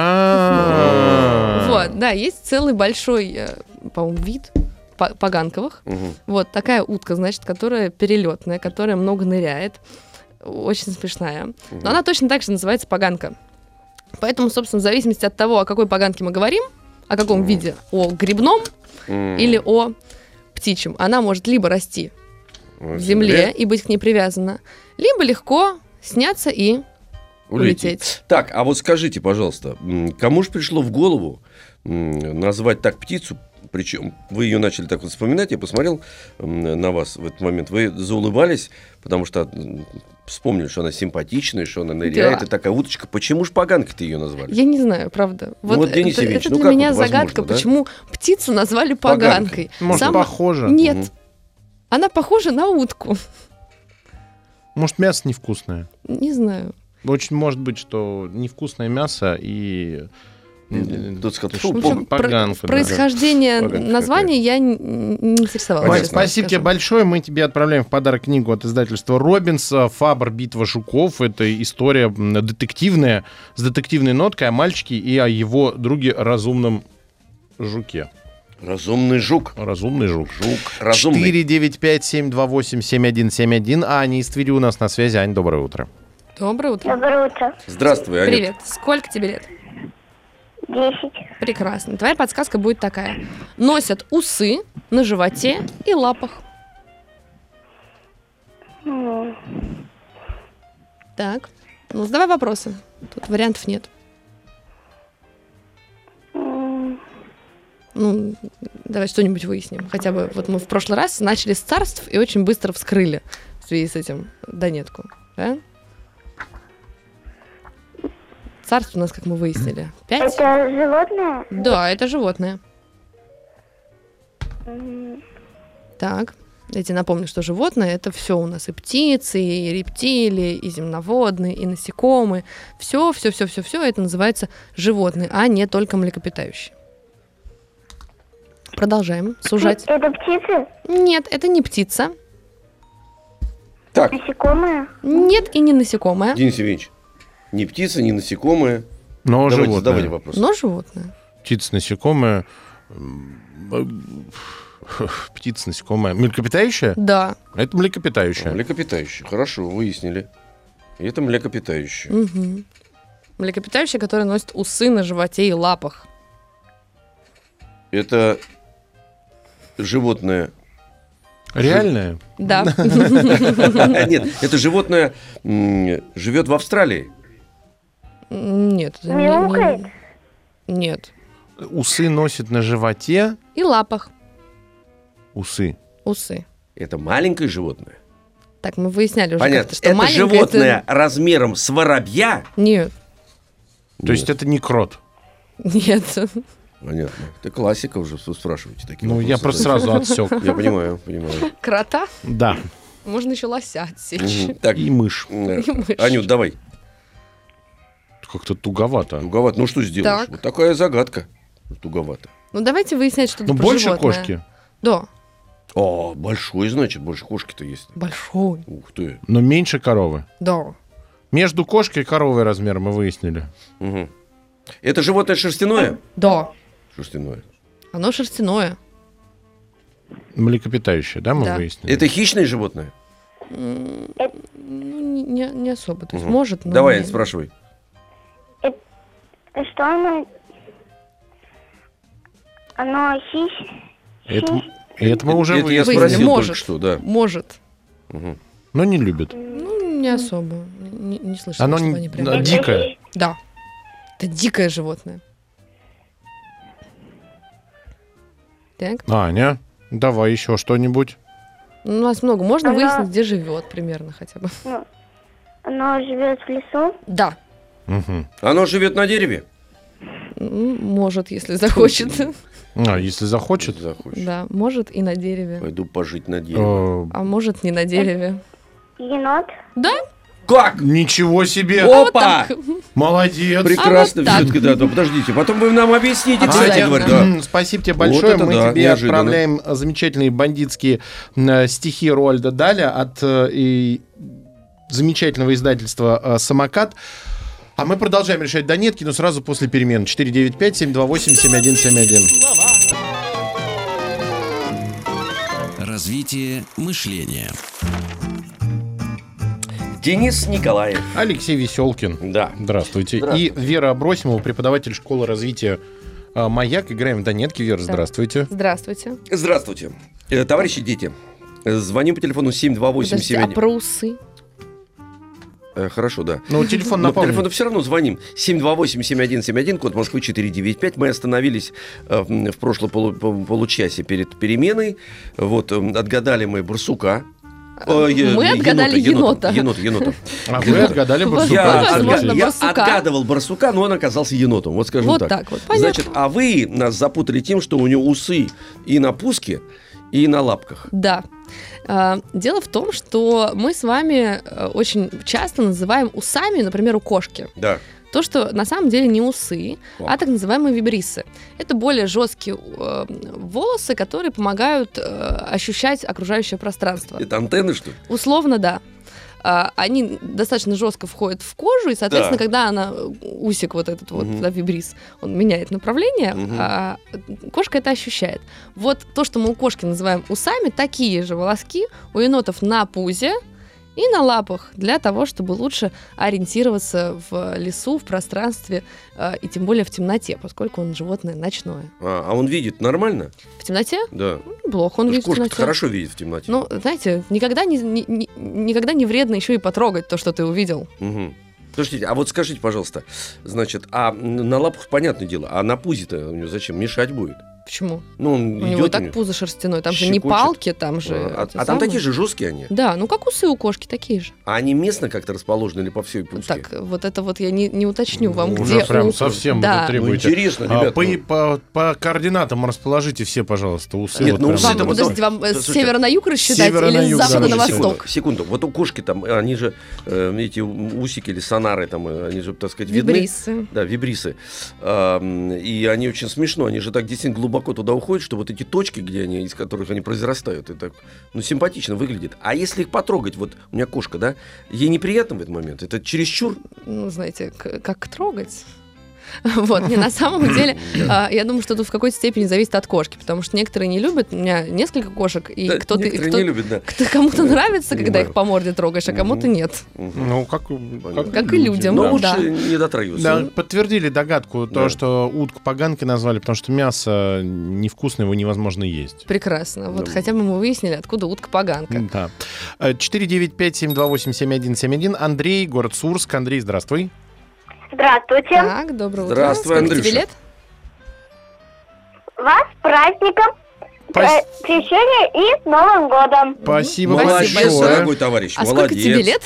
Speaker 3: А.
Speaker 4: Вот, да, есть целый большой, э, по-моему, вид по- поганковых.
Speaker 2: Мгм.
Speaker 4: Вот такая утка, значит, которая перелетная, которая много ныряет. Очень смешная. Но она точно так же называется поганка. Поэтому, собственно, в зависимости от того, о какой поганке мы говорим, о каком виде, о грибном
Speaker 2: М.
Speaker 4: или о птичьем, она может либо расти
Speaker 2: В
Speaker 4: в земле и быть к ней привязана, либо легко сняться и улететь.
Speaker 2: Так, а вот скажите, пожалуйста, м, кому же пришло в голову м, назвать так птицу? Причем вы ее начали так вот вспоминать, я посмотрел м, на вас в этот момент, вы заулыбались, потому что м, вспомнили, что она симпатичная, что она ныряет,
Speaker 4: Да.
Speaker 2: и такая уточка. Почему же поганкой-то ее назвали?
Speaker 4: Я не знаю, правда.
Speaker 2: Ну вот, Денис
Speaker 4: это,
Speaker 2: Евгеньевич,
Speaker 4: это
Speaker 2: ну
Speaker 4: для
Speaker 2: как
Speaker 4: меня
Speaker 2: вот возможно,
Speaker 4: загадка,
Speaker 2: да?
Speaker 4: почему птицу назвали
Speaker 2: Поганкой.
Speaker 4: поганкой.
Speaker 3: Может,
Speaker 4: Сам-
Speaker 3: похоже?
Speaker 4: Нет.
Speaker 2: Мгм.
Speaker 4: Она похожа на утку.
Speaker 3: Может, мясо невкусное?
Speaker 4: Не знаю.
Speaker 3: Очень может быть, что невкусное мясо и...
Speaker 2: М, тут сказал,
Speaker 3: Что,
Speaker 2: фу,
Speaker 4: В общем,
Speaker 3: пог- поганка,
Speaker 4: про-
Speaker 3: да.
Speaker 4: происхождение
Speaker 2: Поганка
Speaker 4: названия я н- не интересовалась.
Speaker 3: Вань,
Speaker 4: честно
Speaker 3: спасибо тебе
Speaker 4: скажу.
Speaker 3: большое. Мы тебе отправляем в подарок книгу от издательства «Робинс». «Фабр. Битва жуков». Это история м, детективная, с детективной ноткой о мальчике и о его друге разумном жуке.
Speaker 2: разумный жук.
Speaker 3: Разумный жук.
Speaker 2: Жук разумный.
Speaker 3: четыре девять пять семь два восемь семь один семь один. А Аня из Твери у нас на связи. Ань, доброе утро.
Speaker 4: Доброе утро.
Speaker 5: Доброе утро.
Speaker 2: Здравствуй, Аня.
Speaker 4: Привет. Сколько тебе лет?
Speaker 5: Десять.
Speaker 4: Прекрасно. Твоя подсказка будет такая. Носят усы на животе и лапах.
Speaker 5: М,
Speaker 4: Так. Ну, задавай вопросы. Тут вариантов нет.
Speaker 5: м,
Speaker 4: Ну, давай что-нибудь выясним. Хотя бы, вот мы в прошлый раз начали с царств и очень быстро вскрыли в связи с этим Донетку. Да? Царств у нас, как мы выяснили, пять.
Speaker 5: Это животное?
Speaker 4: Да, это животное.
Speaker 5: М,
Speaker 4: Так, Я тебе напомню, что животные — это все у нас и птицы, и рептилии, и земноводные, и насекомые. Все, все, все, все, все это называется животные, а не только млекопитающие. Продолжаем сужать.
Speaker 5: Это птицы?
Speaker 4: Нет, это не птица.
Speaker 2: Так,
Speaker 5: Насекомые?
Speaker 4: Нет, и не насекомое,
Speaker 2: Денис Евгеньевич, ни птица, ни насекомое.
Speaker 3: Но
Speaker 2: Давайте,
Speaker 3: животное.
Speaker 2: задавайте вопрос.
Speaker 4: но животное.
Speaker 3: Птица, насекомое. Птица, насекомое. Млекопитающее?
Speaker 4: Да.
Speaker 3: Это млекопитающее.
Speaker 2: Млекопитающие. Хорошо, выяснили. И это млекопитающие.
Speaker 4: Мгм. Млекопитающие, которые носят усы на животе и лапах.
Speaker 2: Это животное...
Speaker 3: Реальное?
Speaker 4: Да.
Speaker 2: Нет, это животное м, живет в Австралии.
Speaker 4: Нет. это не- не-
Speaker 5: Мяукает?
Speaker 4: Нет.
Speaker 3: Усы носит на животе.
Speaker 4: И лапах.
Speaker 3: Усы.
Speaker 4: Усы.
Speaker 2: Это маленькое животное.
Speaker 4: Так, мы выясняли уже
Speaker 2: Понятно.
Speaker 4: как-то, что
Speaker 2: Это
Speaker 4: маленькое
Speaker 2: животное размером с воробья.
Speaker 4: Нет.
Speaker 3: То есть это не крот.
Speaker 4: Нет.
Speaker 2: Понятно. Это классика уже, что спрашиваете такие
Speaker 3: Ну, я
Speaker 2: вопросы.
Speaker 3: просто сразу отсек.
Speaker 2: Я понимаю, понимаю.
Speaker 4: Крота?
Speaker 3: Да.
Speaker 4: Можно еще лося отсечь.
Speaker 2: Мгм. Так,
Speaker 3: И мышь.
Speaker 2: э,
Speaker 4: И мышь.
Speaker 2: Анют, давай.
Speaker 3: Как-то туговато.
Speaker 2: Туговато. Ну, что сделаешь?
Speaker 4: Так.
Speaker 2: Вот такая загадка. Туговато.
Speaker 4: Ну, давайте выяснять, что
Speaker 3: Ну,
Speaker 4: это про
Speaker 3: больше
Speaker 4: животное.
Speaker 3: кошки.
Speaker 4: Да.
Speaker 2: О, большой, значит, больше кошки-то есть.
Speaker 4: Большой.
Speaker 2: Ух ты.
Speaker 3: Но меньше коровы.
Speaker 4: Да.
Speaker 3: Между кошкой и коровой размер мы выяснили.
Speaker 2: Мгм. Это животное шерстяное?
Speaker 4: Да.
Speaker 2: Шерстяное.
Speaker 4: Оно шерстяное.
Speaker 3: Млекопитающее, да, мы
Speaker 4: Да.
Speaker 3: выяснили?
Speaker 2: Это хищное животное?
Speaker 4: М, Ну, не, не особо. То есть
Speaker 2: Мгм.
Speaker 4: может, но
Speaker 2: Давай,
Speaker 4: не-
Speaker 2: Ань, спрашивай.
Speaker 5: А что оно? Оно хищ...
Speaker 3: Это, это мы уже
Speaker 2: Это я
Speaker 3: выяснили.
Speaker 2: спросил
Speaker 4: Может.
Speaker 2: только что, да.
Speaker 4: Может.
Speaker 2: Мгм.
Speaker 3: Но не любит.
Speaker 4: Ну, не особо. Не, не слышала,
Speaker 3: Оно
Speaker 4: чтобы
Speaker 3: не-
Speaker 4: они прям...
Speaker 3: да, дикое.
Speaker 4: Да. Это дикое животное. Так.
Speaker 3: Аня, давай еще что-нибудь.
Speaker 4: Ну, у нас много. Можно
Speaker 5: Оно-
Speaker 4: выяснить, где живет примерно хотя бы.
Speaker 5: Оно живет в лесу?
Speaker 4: Да.
Speaker 3: Мгм.
Speaker 2: Оно живет на дереве?
Speaker 4: М, Может, если захочет.
Speaker 3: А, если захочет.
Speaker 2: Захочешь.
Speaker 4: Да, может и на дереве.
Speaker 2: Пойду пожить на дереве.
Speaker 3: э,
Speaker 4: А может, не на дереве.
Speaker 5: Енот?
Speaker 4: Да?
Speaker 2: Как?
Speaker 3: Ничего себе!
Speaker 2: Опа!
Speaker 3: Молодец!
Speaker 2: Прекрасно
Speaker 4: А вот так.
Speaker 2: все-таки, да. Ну, подождите, потом вы нам объясните, кстати
Speaker 4: Обязательно.
Speaker 2: говоря. Да.
Speaker 3: М, Спасибо тебе большое.
Speaker 2: это
Speaker 3: Мы
Speaker 2: да,
Speaker 3: тебе
Speaker 2: неожиданно.
Speaker 3: отправляем э, замечательные бандитские э, стихи Роальда Даля от э, и замечательного издательства э, «Самокат». А мы продолжаем решать донетки, но сразу после перемен. четыре девять пять семь два восемь семь один семь один.
Speaker 1: Развитие мышления.
Speaker 2: Денис Николаев.
Speaker 3: Алексей Веселкин.
Speaker 2: Да.
Speaker 3: Здравствуйте.
Speaker 2: Здравствуйте.
Speaker 3: И Вера Абросимова, преподаватель школы развития э, «Маяк». Играем в донетки. Вера, здравствуйте.
Speaker 4: Здравствуйте.
Speaker 2: Здравствуйте. Э, Товарищи дети, э, звоним по телефону семь два восемь
Speaker 4: Подождите,
Speaker 2: семь
Speaker 4: а
Speaker 2: один.
Speaker 4: про усы?
Speaker 2: Э, Хорошо, да.
Speaker 3: Ну, телефон
Speaker 2: Но по
Speaker 3: напомню.
Speaker 2: телефону все равно звоним. семь два восемь семь один семь один, код Москвы четыре девять пять. Мы остановились э, в в прошлом полу- по- получасе перед переменой. Вот, э, отгадали мы барсука. Э, е-
Speaker 4: Мы отгадали енота.
Speaker 2: Енота, енота.
Speaker 3: А вы отгадали
Speaker 4: Вот
Speaker 3: барсука.
Speaker 2: Я,
Speaker 4: Возможно,
Speaker 3: Алексей.
Speaker 2: отга- я
Speaker 4: барсука.
Speaker 2: отгадывал барсука, но он оказался енотом. Вот скажем
Speaker 4: Вот
Speaker 2: так.
Speaker 4: так вот, понятно.
Speaker 2: Значит, а вы нас запутали тем, что у него усы и на пуске, и на лапках.
Speaker 4: Да. А, Дело в том, что мы с вами э, очень часто называем усами, например, у кошки.
Speaker 2: Да.
Speaker 4: То, что на самом деле не усы,
Speaker 2: О.
Speaker 4: а так называемые вибрисы. Это более жесткие э, волосы, которые помогают э, ощущать окружающее пространство.
Speaker 2: Это антенны, что ли?
Speaker 4: Условно, да. А, Они достаточно жестко входят в кожу, и, соответственно,
Speaker 2: Да.
Speaker 4: когда она, усик вот этот вот,
Speaker 2: Мгм.
Speaker 4: да, вибрис, он меняет направление,
Speaker 2: Мгм.
Speaker 4: а кошка это ощущает. Вот то, что мы у кошки называем усами, такие же волоски у енотов на пузе и на лапах, для того, чтобы лучше ориентироваться в лесу, в пространстве, э, и тем более в темноте, поскольку он животное ночное.
Speaker 2: А, а он видит нормально?
Speaker 4: В темноте?
Speaker 2: Да.
Speaker 4: Ну, плохо он
Speaker 2: Потому
Speaker 4: видит
Speaker 2: что
Speaker 4: в
Speaker 2: кошка
Speaker 4: темноте.
Speaker 2: хорошо видит в темноте.
Speaker 4: Ну, знаете, никогда не, не- не- никогда не вредно еще и потрогать то, что ты увидел.
Speaker 2: Мгм. Слушайте, а вот скажите, пожалуйста, значит, а н- на лапах понятное дело, а на пузе-то у него зачем? Мешать будет?
Speaker 4: Почему?
Speaker 2: Ну, он
Speaker 4: У
Speaker 2: идет,
Speaker 4: него
Speaker 2: у
Speaker 4: так
Speaker 2: него
Speaker 4: пузо шерстяное. Там же не
Speaker 2: щекочет.
Speaker 4: палки, там же...
Speaker 2: А,
Speaker 4: эти
Speaker 2: а там
Speaker 4: самые.
Speaker 2: такие же жесткие они.
Speaker 4: Да, ну как усы у кошки, такие же.
Speaker 2: А они местно как-то расположены или по всей Пуске?
Speaker 4: Так, вот это вот я не, не уточню вам,
Speaker 3: Уже
Speaker 4: где
Speaker 3: прям
Speaker 4: у-
Speaker 3: совсем
Speaker 4: Да.
Speaker 3: это требуете.
Speaker 2: Ну, интересно,
Speaker 3: А,
Speaker 2: ребят,
Speaker 3: по,
Speaker 2: ну.
Speaker 3: по, по координатам расположите все, пожалуйста, усы.
Speaker 2: Нет,
Speaker 3: вот
Speaker 2: ну,
Speaker 3: прям.
Speaker 2: усы
Speaker 4: Вам,
Speaker 2: это вот-
Speaker 4: подождите, вам э, с
Speaker 2: Слушайте,
Speaker 4: севера на юг рассчитать
Speaker 3: севера
Speaker 4: или
Speaker 3: на
Speaker 4: с
Speaker 3: юг,
Speaker 4: запада
Speaker 3: да,
Speaker 4: на
Speaker 3: секунду.
Speaker 4: восток?
Speaker 2: Секунду, вот у кошки там, они же, э, эти усики или сонары там, э, они же, так сказать, видны.
Speaker 4: Вибрисы.
Speaker 2: Да, вибрисы. А, м, и они очень смешно, они же так действительно глубоко туда уходят, что вот эти точки, где они, из которых они произрастают, это так, ну, симпатично выглядит. А если их потрогать, вот у меня кошка, да, ей неприятно в этот момент? Это чересчур?
Speaker 4: Ну, знаете, к- как трогать. Вот, не, на самом деле, а, я думаю, что тут в какой-то степени зависит от кошки, потому что некоторые не любят, у меня несколько кошек, и
Speaker 2: Да,
Speaker 4: кто-то, и
Speaker 2: некоторые
Speaker 4: кто-
Speaker 2: не любят, да.
Speaker 4: кто- кому-то нравится, когда
Speaker 2: Понимаю.
Speaker 4: их по морде трогаешь, а кому-то
Speaker 2: Мгм.
Speaker 4: нет.
Speaker 2: Мгм.
Speaker 3: Ну, как,
Speaker 2: Понятно.
Speaker 4: Как и людям.
Speaker 2: Но
Speaker 4: Да.
Speaker 2: лучше
Speaker 4: Да.
Speaker 2: не дотрагиваться.
Speaker 3: Да,
Speaker 2: Ну,
Speaker 3: подтвердили догадку, то,
Speaker 2: Да.
Speaker 3: что утку поганкой назвали, потому что мясо невкусное, его невозможно есть.
Speaker 4: Прекрасно. Вот
Speaker 2: Да.
Speaker 4: хотя бы мы выяснили, откуда утка-поганка.
Speaker 3: Да. Э, четыре девять пять семь два восемь семь один семь один. Андрей, город Сурск. Андрей, здравствуй.
Speaker 5: Здравствуйте.
Speaker 4: Так, доброе утро.
Speaker 2: Здравствуй,
Speaker 4: Сколько тебе
Speaker 2: Андрюша.
Speaker 4: лет?
Speaker 5: Вас с праздником,
Speaker 3: Пас-
Speaker 5: э, крещения и с Новым годом.
Speaker 3: Спасибо
Speaker 2: Молодец,
Speaker 3: большое.
Speaker 2: дорогой товарищ,
Speaker 4: А
Speaker 2: молодец.
Speaker 4: сколько тебе лет?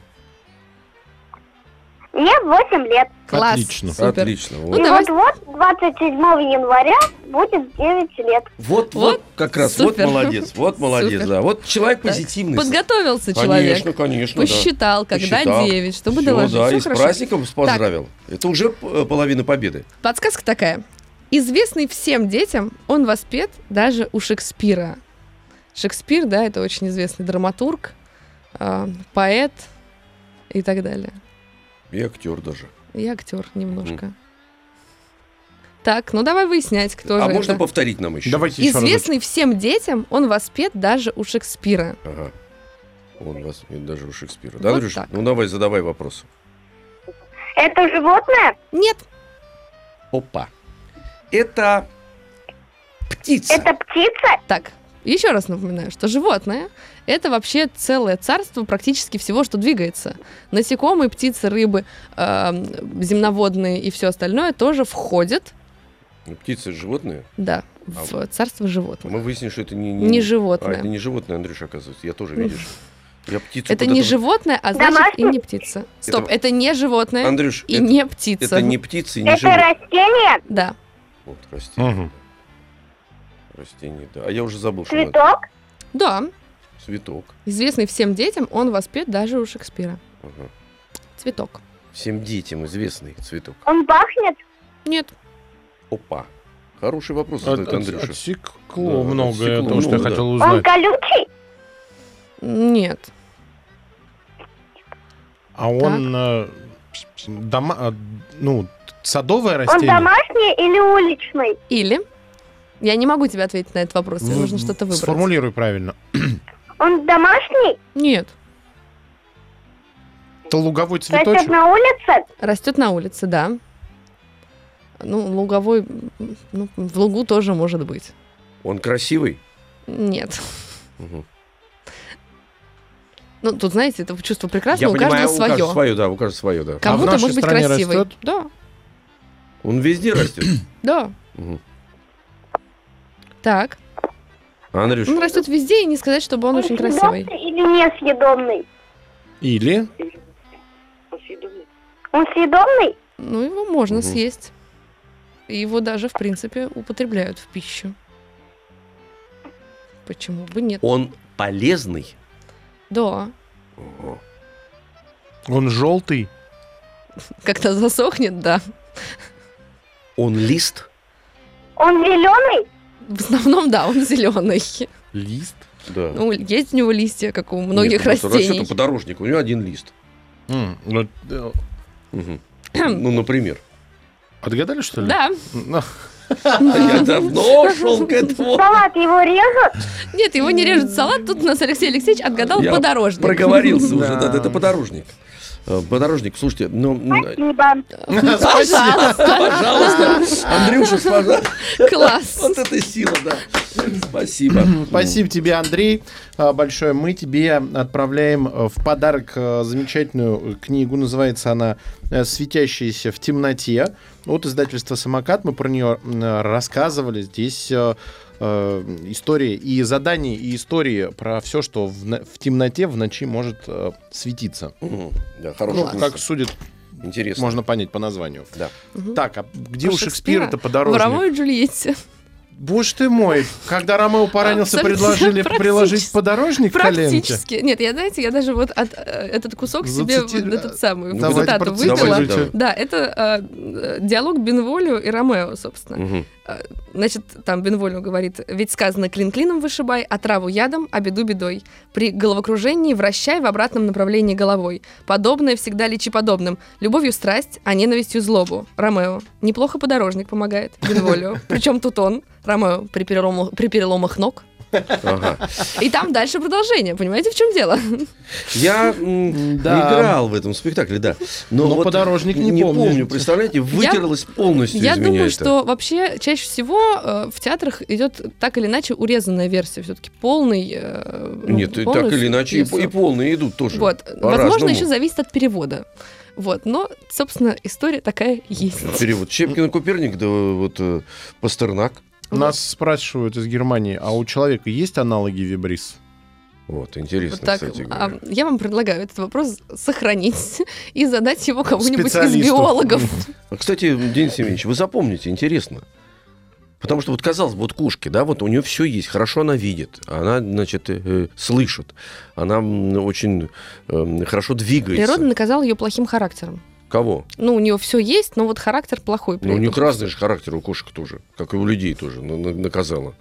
Speaker 5: Мне восемь лет.
Speaker 4: Класс.
Speaker 3: Отлично.
Speaker 4: Супер.
Speaker 2: Отлично.
Speaker 4: Ну,
Speaker 2: Вот.
Speaker 5: И
Speaker 4: давай.
Speaker 5: вот-вот, двадцать седьмого января будет девять лет.
Speaker 2: Вот, вот,
Speaker 4: Вот,
Speaker 2: как раз,
Speaker 4: супер.
Speaker 2: вот молодец, вот молодец,
Speaker 4: Супер.
Speaker 2: да. Вот человек
Speaker 4: Так,
Speaker 2: позитивный.
Speaker 4: Подготовился
Speaker 2: Конечно,
Speaker 4: человек.
Speaker 2: конечно, да.
Speaker 4: Посчитал, когда
Speaker 2: Посчитал.
Speaker 4: девять, чтобы
Speaker 2: Всё,
Speaker 4: доложить.
Speaker 2: да,
Speaker 4: Всё
Speaker 2: и с
Speaker 4: хорошо.
Speaker 2: праздником поздравил. Это уже э, половина победы.
Speaker 4: Подсказка такая. Известный всем детям, он воспет даже у Шекспира. Шекспир, да, это очень известный драматург, э, поэт и так далее.
Speaker 2: И актер даже.
Speaker 4: И актер немножко. Так, ну давай выяснять, кто
Speaker 2: А
Speaker 4: же
Speaker 2: можно
Speaker 4: это.
Speaker 2: повторить нам еще?
Speaker 3: Давайте еще
Speaker 4: Известный всем детям, он воспет даже у Шекспира.
Speaker 2: Ага. Он вас даже у Шекспира.
Speaker 4: Вот
Speaker 2: Да, Андрюш?
Speaker 4: так.
Speaker 2: Ну давай, задавай вопрос.
Speaker 5: Это животное?
Speaker 4: Нет,
Speaker 2: Опа. Это птица.
Speaker 5: Это птица?
Speaker 4: так, еще раз напоминаю, что животное — это вообще целое царство практически всего, что двигается. Насекомые, птицы, рыбы, э, земноводные и все остальное тоже входят,
Speaker 2: Ну, птица — животное.
Speaker 4: да, в царство животных.
Speaker 2: Мы выяснили, что это не...
Speaker 4: Не
Speaker 2: А,
Speaker 4: животное.
Speaker 2: это не животное, Андрюш, оказывается. Я тоже, видишь. Я птицу
Speaker 4: Это
Speaker 2: куда-то-
Speaker 4: не животное, а значит и
Speaker 5: Домашний?
Speaker 4: не птица. Стоп,
Speaker 2: Это-
Speaker 4: это не животное
Speaker 2: Андрюш,
Speaker 4: и
Speaker 2: это,
Speaker 4: не птица.
Speaker 2: это не птица и не
Speaker 5: Это
Speaker 2: животное.
Speaker 5: растение?
Speaker 4: Да.
Speaker 2: Вот, растение.
Speaker 3: Мгм.
Speaker 2: да. Растение, да. А я уже забыл, что это.
Speaker 5: Цветок?
Speaker 4: Да,
Speaker 2: Цветок.
Speaker 4: известный всем детям, он воспет даже у Шекспира.
Speaker 2: Ага.
Speaker 4: Цветок.
Speaker 2: Всем детям известный цветок.
Speaker 5: Он пахнет?
Speaker 4: Нет.
Speaker 2: Опа. Хороший вопрос
Speaker 3: От-
Speaker 2: задает
Speaker 3: от-
Speaker 2: Андрюша.
Speaker 3: Отсекло
Speaker 2: Да,
Speaker 3: многое,
Speaker 2: отсекло
Speaker 3: то, что я
Speaker 2: много,
Speaker 3: хотел
Speaker 5: Он
Speaker 3: узнать.
Speaker 5: колючий?
Speaker 4: Нет.
Speaker 3: А он э, дома, э, ну, садовое
Speaker 5: Он
Speaker 3: растение?
Speaker 5: домашний или уличный?
Speaker 4: Или... Я не могу тебе ответить на этот вопрос, тебе
Speaker 3: В-
Speaker 4: нужно что-то выбрать.
Speaker 3: Сформулируй правильно.
Speaker 5: Он домашний?
Speaker 4: Нет.
Speaker 3: Это луговой
Speaker 5: Растет
Speaker 3: цветочек?
Speaker 5: на улице?
Speaker 4: Растет на улице, да. Ну, луговой... м, Ну, в лугу тоже может быть.
Speaker 2: Он красивый?
Speaker 4: Нет.
Speaker 2: Мгм.
Speaker 4: Ну, тут, знаете, это чувство прекрасное,
Speaker 2: Я
Speaker 4: у
Speaker 2: понимаю,
Speaker 4: каждого
Speaker 2: у каждого
Speaker 4: свое.
Speaker 2: свое, да, у каждого свое, да.
Speaker 3: А в
Speaker 4: Кому-то
Speaker 3: нашей
Speaker 4: может быть
Speaker 3: стране
Speaker 4: красивый.
Speaker 3: растет?
Speaker 4: Да,
Speaker 2: Он везде растет.
Speaker 4: да.
Speaker 2: Мгм.
Speaker 4: Так.
Speaker 2: Андрюш,
Speaker 4: Он растет везде, и не сказать, чтобы он очень красивый.
Speaker 5: съедобный или несъедобный?
Speaker 3: Или?
Speaker 5: Он съедобный?
Speaker 4: Ну, его можно
Speaker 2: Мгм.
Speaker 4: съесть. И его даже, в принципе, употребляют в пищу. Почему бы нет?
Speaker 2: он полезный?
Speaker 4: Да.
Speaker 2: Ого.
Speaker 3: Он желтый?
Speaker 4: Когда засохнет, да.
Speaker 2: Он лист?
Speaker 5: Он зеленый?
Speaker 4: В основном, да, он зеленый.
Speaker 3: Лист?
Speaker 2: Да.
Speaker 4: Ну, есть у него листья, как у многих
Speaker 2: Нет, просто
Speaker 4: растений.
Speaker 2: Растет подорожник, у него один лист.
Speaker 3: М, вот, э,
Speaker 2: Мгм. Ну, например.
Speaker 3: Отгадали, что ли?
Speaker 4: Да.
Speaker 3: Ну,
Speaker 2: Я давно шел к этому.
Speaker 5: Салат его режут?
Speaker 4: Нет, его не режет салат. Тут у нас Алексей Алексеевич отгадал
Speaker 2: Я
Speaker 4: подорожник.
Speaker 2: Проговорился уже,
Speaker 3: Да.
Speaker 2: да, это подорожник. Э, Подорожник, слушайте, ну, м,
Speaker 5: Спасибо.
Speaker 4: Пожалуйста.
Speaker 2: пожалуйста, Андрюша, пожалуйста.
Speaker 4: Класс.
Speaker 2: Вот это сила, да. Спасибо.
Speaker 3: Спасибо тебе, Андрей, а, большое. Мы тебе отправляем э, в подарок э, замечательную книгу. Называется она э, «Светящиеся в темноте» от издательства «Самокат». Мы про нее э, рассказывали. Здесь э, э, истории и задания, и истории про все, что в, на- в темноте в ночи может э, светиться.
Speaker 2: Мгм. Да, хорошая
Speaker 4: Класс.
Speaker 2: книжка.
Speaker 3: Как судит,
Speaker 2: Интересно.
Speaker 3: можно понять по названию.
Speaker 2: Да.
Speaker 3: Так, а где
Speaker 4: У
Speaker 3: у Шекспира-то
Speaker 4: В
Speaker 3: подорожник?
Speaker 4: Ромео и Джульетте.
Speaker 3: Боже ты мой, когда Ромео поранился,
Speaker 4: Абсолютно
Speaker 3: предложили
Speaker 4: практически.
Speaker 3: приложить подорожник к коленке.
Speaker 4: Практически. Нет, я, знаете, я даже вот от, э, этот кусок себе
Speaker 3: Зацити-
Speaker 4: вот этот самый
Speaker 2: Давайте
Speaker 4: цитату
Speaker 3: процитируйте.
Speaker 4: вывела.
Speaker 2: Давайте,
Speaker 4: Да, это э, диалог Бенволио и Ромео, собственно.
Speaker 2: Мгм.
Speaker 4: Э, Значит, там Бенволио говорит: ведь сказано клин клином вышибай, а траву ядом, а беду бедой. При головокружении вращай в обратном направлении головой. Подобное всегда лечи подобным. Любовью страсть, а ненавистью злобу. Ромео. Неплохо подорожник помогает. Бенволио. Причем тут он, Ромео, при переломах, при переломах ног.
Speaker 2: Ага.
Speaker 4: И там дальше продолжение. Понимаете, в чем дело?
Speaker 2: Я м,
Speaker 3: Да.
Speaker 2: играл в этом спектакле, да. Но,
Speaker 3: Но
Speaker 2: вот
Speaker 3: подорожник не
Speaker 2: не
Speaker 3: помню.
Speaker 2: помню. Представляете, вытерлось полностью
Speaker 4: Я
Speaker 2: из меня
Speaker 4: думаю,
Speaker 2: это.
Speaker 4: что вообще чаще всего э, в театрах идет так или иначе урезанная версия, все-таки полный. э, ну,
Speaker 2: Нет, и
Speaker 4: полный
Speaker 2: так или иначе, и,
Speaker 4: смысл.
Speaker 2: и полные идут тоже.
Speaker 4: Вот.
Speaker 2: По-разному.
Speaker 4: Возможно, еще зависит от перевода. Вот. Но, собственно, история такая есть.
Speaker 2: Перевод Щепкин и Куперник, да вот э, Пастернак.
Speaker 3: Нас спрашивают из Германии, а у человека есть аналоги вибрис?
Speaker 2: Вот, интересно,
Speaker 4: Вот так,
Speaker 2: кстати
Speaker 4: а,
Speaker 2: говоря.
Speaker 4: я вам предлагаю этот вопрос сохранить и задать его кому-нибудь из
Speaker 3: Специалисту.
Speaker 4: биологов.
Speaker 2: А, Кстати, Денис Евгеньевич, вы запомните, интересно. Потому что вот казалось бы, вот кошки, да, вот у нее все есть, хорошо она видит, она, значит, э, слышит, она м, очень э, хорошо двигается.
Speaker 4: Природа наказала ее плохим характером.
Speaker 2: Кого?
Speaker 4: Ну, у нее все есть, но вот характер плохой. при
Speaker 2: Ну, у них
Speaker 4: этом.
Speaker 2: разный же характер у кошек тоже, как и у людей тоже на- на- наказала.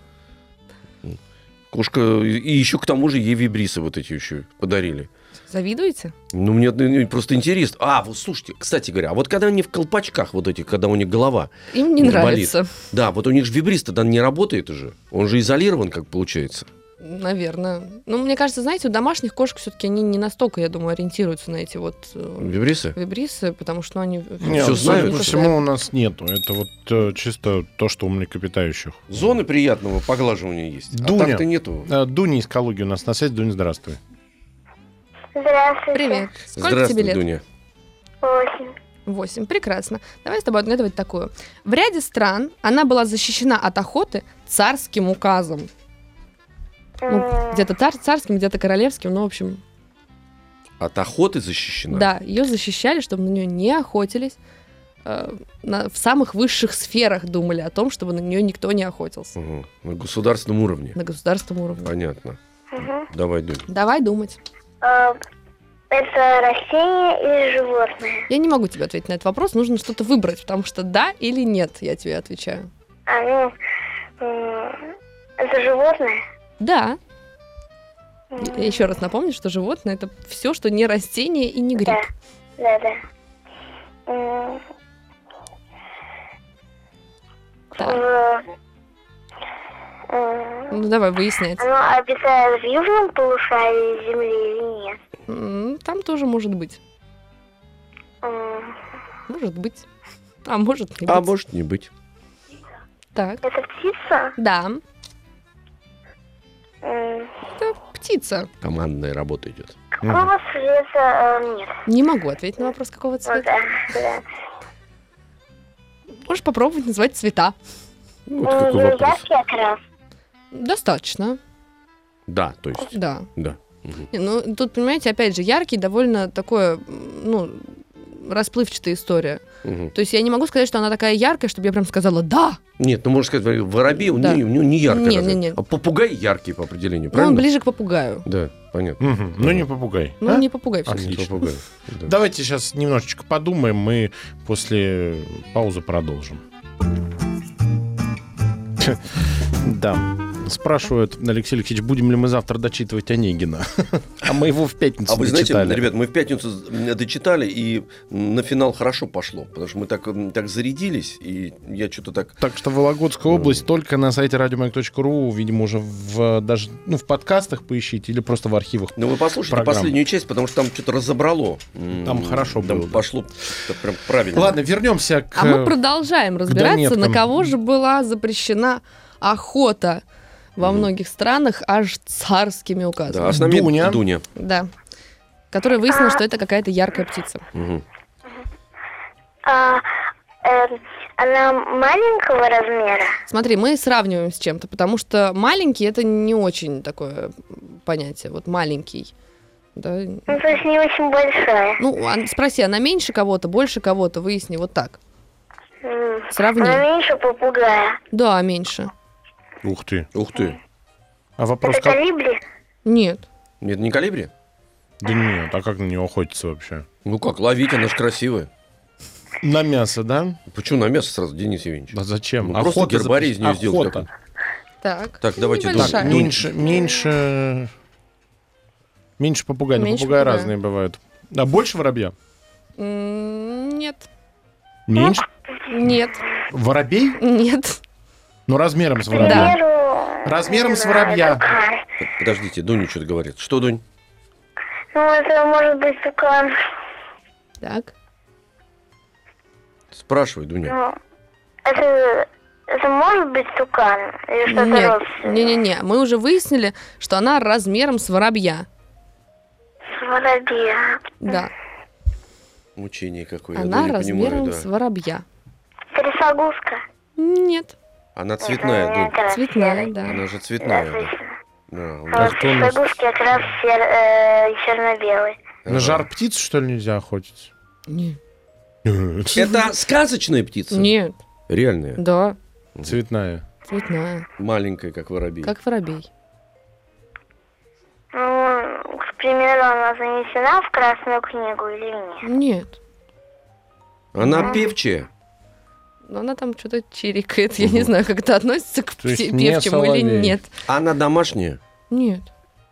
Speaker 2: Кошка, и и еще к тому же ей вибрисы вот эти еще подарили.
Speaker 4: Завидуете?
Speaker 2: Ну, мне ну, просто интересно. А, вот слушайте, кстати говоря, а вот когда они в колпачках вот этих, когда у них голова,
Speaker 4: Им не
Speaker 2: болит.
Speaker 4: нравится.
Speaker 2: да, вот у них же вибрис тогда не работает уже. Он же изолирован, как получается.
Speaker 4: Наверное. Ну, мне кажется, знаете, у домашних кошек все-таки они не настолько, я думаю, ориентируются на эти вот э,
Speaker 2: Вибрисы?
Speaker 4: вибрисы, потому что ну, они...
Speaker 3: Нет,
Speaker 2: всё
Speaker 3: судя
Speaker 2: знают.
Speaker 3: по всему, у нас нету. Это вот э, чисто то, что у млекопитающих.
Speaker 2: Зоны приятного поглаживания есть.
Speaker 3: Дуня.
Speaker 2: А так-то нету.
Speaker 3: Э, Дуня из Калуги у нас на связи. Дуня, здравствуй.
Speaker 5: Здравствуйте.
Speaker 4: Привет. Сколько
Speaker 2: Здравствуй,
Speaker 4: тебе лет?
Speaker 2: Дуня.
Speaker 5: Восемь.
Speaker 4: Восемь. Прекрасно. Давай с тобой отгадывать такую. В ряде стран она была защищена от охоты царским указом. Ну,
Speaker 5: М,
Speaker 4: где-то цар- царским, где-то королевским, ну, в общем,
Speaker 2: От охоты защищена?
Speaker 4: да, ее защищали, чтобы на нее не охотились. Э, на- в самых высших сферах думали о том, чтобы на нее никто не охотился.
Speaker 2: Угу. На государственном уровне.
Speaker 4: На государственном уровне.
Speaker 2: Понятно.
Speaker 5: мгм.
Speaker 2: Давай, Дунь.
Speaker 4: Давай думать.
Speaker 5: Э, Это растение или животное?
Speaker 4: Я не могу тебе ответить на этот вопрос, нужно что-то выбрать, потому что да или нет, я тебе отвечаю.
Speaker 5: А, ну, м, это животное?
Speaker 4: Да.
Speaker 5: М,
Speaker 4: Я еще раз напомню, что животное это все, что не растение и не гриб.
Speaker 5: Да, да, да. М,
Speaker 4: Так.
Speaker 5: в- м,
Speaker 4: Ну давай выяснять.
Speaker 5: Оно обитает в южном полушарии Земли или нет?
Speaker 4: М, Там тоже может быть.
Speaker 5: М,
Speaker 4: Может быть. А может не
Speaker 2: А
Speaker 4: быть.
Speaker 2: может не быть.
Speaker 4: Так.
Speaker 5: Это птица?
Speaker 4: Да.
Speaker 5: М,
Speaker 4: Это птица.
Speaker 2: Командная работа идет.
Speaker 5: Какого цвета э, нет?
Speaker 4: Не могу ответить на вопрос, какого
Speaker 5: Вот,
Speaker 4: цвета.
Speaker 5: да, да.
Speaker 4: Можешь попробовать назвать цвета.
Speaker 2: Ну,
Speaker 5: У
Speaker 2: вот какой
Speaker 5: нее
Speaker 2: вопрос.
Speaker 5: яркий окрас.
Speaker 4: Достаточно.
Speaker 2: Да, то есть,
Speaker 4: Да.
Speaker 2: да. Мгм.
Speaker 4: Не, Ну, тут, понимаете, опять же, яркий довольно такое, м, ну, расплывчатая история.
Speaker 2: Мгм.
Speaker 4: То есть я не могу сказать, что она такая яркая, чтобы я прям сказала «да».
Speaker 2: Нет, ну можно сказать, воробей, он
Speaker 4: Да.
Speaker 2: не, у него не яркий.
Speaker 4: Не,
Speaker 2: разве?
Speaker 4: не, не.
Speaker 2: А попугай яркий по определению,
Speaker 4: Но он
Speaker 2: правильно?
Speaker 4: ближе к попугаю.
Speaker 2: Да, понятно.
Speaker 3: Мгм. Ну, не попугай.
Speaker 4: Ну,
Speaker 3: А?
Speaker 4: не попугай все.
Speaker 3: Отлично.
Speaker 2: Не попугай. Да.
Speaker 3: Давайте сейчас немножечко подумаем, мы после паузы продолжим. Да. Спрашивают, Алексей Алексеевич, будем ли мы завтра дочитывать Онегина? А мы его в пятницу
Speaker 2: А вы знаете,
Speaker 3: дочитали.
Speaker 2: ребят, мы в пятницу дочитали, и на финал хорошо пошло, потому что мы так, м, так зарядились, и я что-то так...
Speaker 3: Так что Вологодская область только на сайте радиомаяк точка ру, видимо, уже в, даже ну, в подкастах поищите или просто в архивах.
Speaker 2: Ну, вы послушайте
Speaker 3: Программ.
Speaker 2: последнюю часть, потому что там что-то разобрало. М,
Speaker 3: Там хорошо
Speaker 2: там
Speaker 3: было, да.
Speaker 2: пошло что-то прям правильно.
Speaker 3: Ладно, вернемся к...
Speaker 4: А мы продолжаем разбираться,
Speaker 3: дометкам.
Speaker 4: на кого же была запрещена охота во многих странах аж царскими
Speaker 2: Да,
Speaker 4: указами.
Speaker 2: а с нами
Speaker 3: Дуня.
Speaker 2: Дуня.
Speaker 4: Да. Которая выяснила, что это какая-то яркая птица.
Speaker 2: Мгм.
Speaker 5: А, эм, она маленького размера?
Speaker 4: Смотри, мы сравниваем с чем-то, потому что маленький это не очень такое понятие. Вот маленький. Да.
Speaker 5: Ну, то есть не очень большая.
Speaker 4: Ну, а- спроси, она меньше кого-то, больше кого-то, выясни вот так.
Speaker 5: М,
Speaker 4: Сравни.
Speaker 5: Она меньше попугая.
Speaker 4: Да, меньше.
Speaker 3: Ух ты.
Speaker 2: Ух ты.
Speaker 3: А вопрос
Speaker 5: Это
Speaker 3: как?
Speaker 5: калибри?
Speaker 4: Нет.
Speaker 2: Нет, не калибри?
Speaker 3: Да нет, а как на нее охотиться вообще?
Speaker 2: Ну как, ловить, она же красивая.
Speaker 3: На мясо, да?
Speaker 2: Почему на мясо сразу, Денис Евгеньевич?
Speaker 3: А зачем?
Speaker 2: Ну, просто
Speaker 3: Охота
Speaker 2: гербарий из нее
Speaker 3: запрещена.
Speaker 2: сделать
Speaker 3: Охота.
Speaker 4: Так.
Speaker 2: Так, давайте
Speaker 3: Так,
Speaker 4: Небольшая.
Speaker 2: Дунь.
Speaker 3: меньше, меньше... Меньше попугай. Ну,
Speaker 4: Меньше
Speaker 3: попугаи
Speaker 4: попугая.
Speaker 3: разные бывают. А больше воробья?
Speaker 4: М, Нет.
Speaker 3: Меньше?
Speaker 4: Нет.
Speaker 3: Воробей?
Speaker 4: Нет.
Speaker 3: Ну, размером с
Speaker 5: К
Speaker 3: воробья.
Speaker 5: примеру,
Speaker 3: Размером
Speaker 5: не
Speaker 3: с
Speaker 5: знаю,
Speaker 3: воробья.
Speaker 5: такая.
Speaker 2: Подождите, Дуня что-то говорит. Что, Дунь?
Speaker 5: Ну, это может быть только...
Speaker 4: Так.
Speaker 2: Спрашивай, Дуня.
Speaker 5: Ну, это... Это может быть тукан? Или что-то
Speaker 4: Нет.
Speaker 5: родственное?
Speaker 4: Не-не-не. Мы уже выяснили, что она размером с воробья.
Speaker 5: Воробья.
Speaker 4: Да.
Speaker 2: Мучение какое, я
Speaker 4: Она
Speaker 2: Дуню
Speaker 4: размером
Speaker 2: понимаю,
Speaker 4: с
Speaker 2: да.
Speaker 4: воробья.
Speaker 5: Трясогузка.
Speaker 4: Нет.
Speaker 2: Она
Speaker 5: Это
Speaker 2: цветная,
Speaker 5: не
Speaker 2: Дунь.
Speaker 5: окрас
Speaker 4: Цветная,
Speaker 5: серый.
Speaker 4: да.
Speaker 2: Она же цветная, да.
Speaker 5: Отлично.
Speaker 2: Да, у
Speaker 5: А
Speaker 2: нас-
Speaker 5: вот
Speaker 3: кто у нас?
Speaker 5: трясогузки окрас сер... э, черно-белый.
Speaker 3: На жар птиц, что ли, нельзя охотиться?
Speaker 4: Нет.
Speaker 2: Это сказочная птица?
Speaker 4: Нет.
Speaker 2: Реальная?
Speaker 4: Да.
Speaker 3: Цветная.
Speaker 4: Цветная.
Speaker 2: Маленькая, как воробей.
Speaker 4: Как воробей.
Speaker 5: Ну, к примеру, она занесена в Красную книгу или нет?
Speaker 4: Нет.
Speaker 2: Она певчая.
Speaker 4: Но она там что-то чирикает. Я не знаю, как это относится к
Speaker 3: То есть
Speaker 4: пе-
Speaker 3: не
Speaker 4: певчему или
Speaker 3: соловей.
Speaker 4: нет.
Speaker 2: Она домашняя.
Speaker 4: Нет.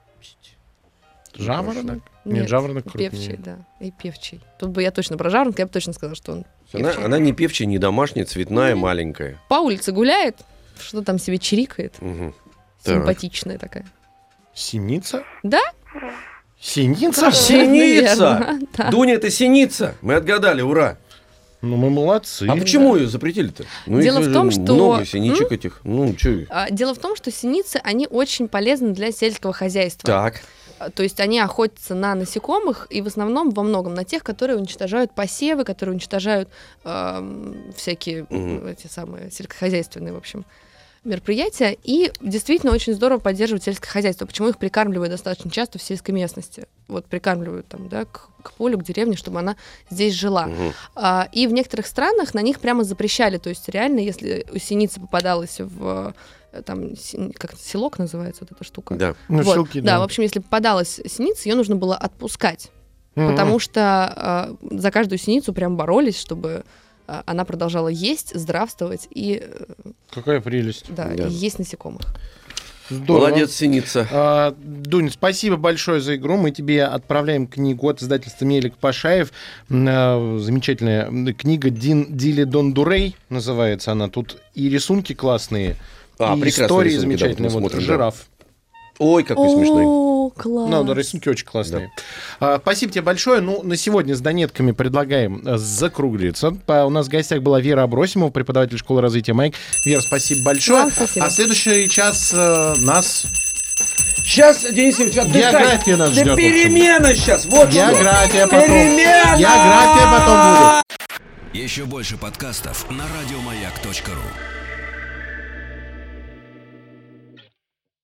Speaker 3: Жаворонок? Нет,
Speaker 4: Нет.
Speaker 3: жаворонок
Speaker 4: Певчий,
Speaker 3: крупнее.
Speaker 4: да. И певчий. Тут бы я точно про жаворонка, я бы точно сказала, что он
Speaker 2: Она,
Speaker 4: певчий.
Speaker 2: она не певчая, не домашняя, цветная, маленькая.
Speaker 4: По улице гуляет, что там себе чирикает.
Speaker 2: Мгм. Так.
Speaker 4: Симпатичная такая.
Speaker 3: Синица?
Speaker 4: Да?
Speaker 3: Синица?
Speaker 2: Синица!
Speaker 4: Верно, да.
Speaker 2: Дуня, это синица! Мы отгадали, ура!
Speaker 3: Ну, мы молодцы.
Speaker 2: А почему ее запретили-то? Ну,
Speaker 4: Дело
Speaker 2: их
Speaker 4: в
Speaker 2: же
Speaker 4: том, что-
Speaker 2: много синичек этих. Ну, что?
Speaker 4: А, Дело в том, что синицы, они очень полезны для сельского хозяйства.
Speaker 2: Так.
Speaker 4: А, То есть они охотятся на насекомых и в основном во многом на тех, которые уничтожают посевы, которые уничтожают эм, всякие
Speaker 2: Мгм.
Speaker 4: эти самые сельскохозяйственные, в общем, мероприятия. И действительно очень здорово поддерживать сельское хозяйство. Почему их прикармливают достаточно часто в сельской местности? Вот прикармливают там, да, к, к полю, к деревне, чтобы она здесь жила.
Speaker 2: Мгм.
Speaker 4: А, и в некоторых странах на них прямо запрещали. То есть реально, если у синицы попадалась в э, там, си- как это, селок называется вот эта штука.
Speaker 2: Да.
Speaker 3: Ну,
Speaker 4: Вот,
Speaker 3: щелки,
Speaker 4: да.
Speaker 3: да.
Speaker 4: в общем, если попадалась синица, ее нужно было отпускать,
Speaker 3: Мгм.
Speaker 4: потому что э, за каждую синицу прям боролись, чтобы э, она продолжала есть, здравствовать и, э,
Speaker 3: Какая прелесть.
Speaker 4: да,
Speaker 2: Да.
Speaker 4: и есть насекомых.
Speaker 3: Здорово.
Speaker 2: Молодец, синица.
Speaker 3: А, Дунь, спасибо большое за игру. Мы тебе отправляем книгу от издательства Мелик Пашаев. М, а, Замечательная м, книга Дин Дили Дон Дурей называется она. Тут и рисунки классные,
Speaker 2: А,
Speaker 3: и
Speaker 2: прекрасные
Speaker 3: истории
Speaker 2: рисунки, да,
Speaker 3: замечательные.
Speaker 2: вот мы
Speaker 3: Вот
Speaker 2: смотрим, да.
Speaker 3: жираф.
Speaker 2: Ой, какой смешной.
Speaker 4: О, класс.
Speaker 3: Ну, да, рисунки очень классные. А, спасибо тебе большое. Ну, на сегодня с Донетками предлагаем э, закруглиться. По- у нас в гостях была Вера Абросимова, преподаватель школы развития Майк. Вера, спасибо большое.
Speaker 4: Вам спасибо.
Speaker 3: А следующий час э, нас...
Speaker 2: Сейчас, Денис Ильич, отдыхай.
Speaker 3: География нас
Speaker 2: Да
Speaker 3: ждет, в общем.
Speaker 2: перемена сейчас. Вот что.
Speaker 3: География потом.
Speaker 2: Перемена!
Speaker 3: География потом будет.
Speaker 1: Еще больше подкастов на радиомаяк точка ру.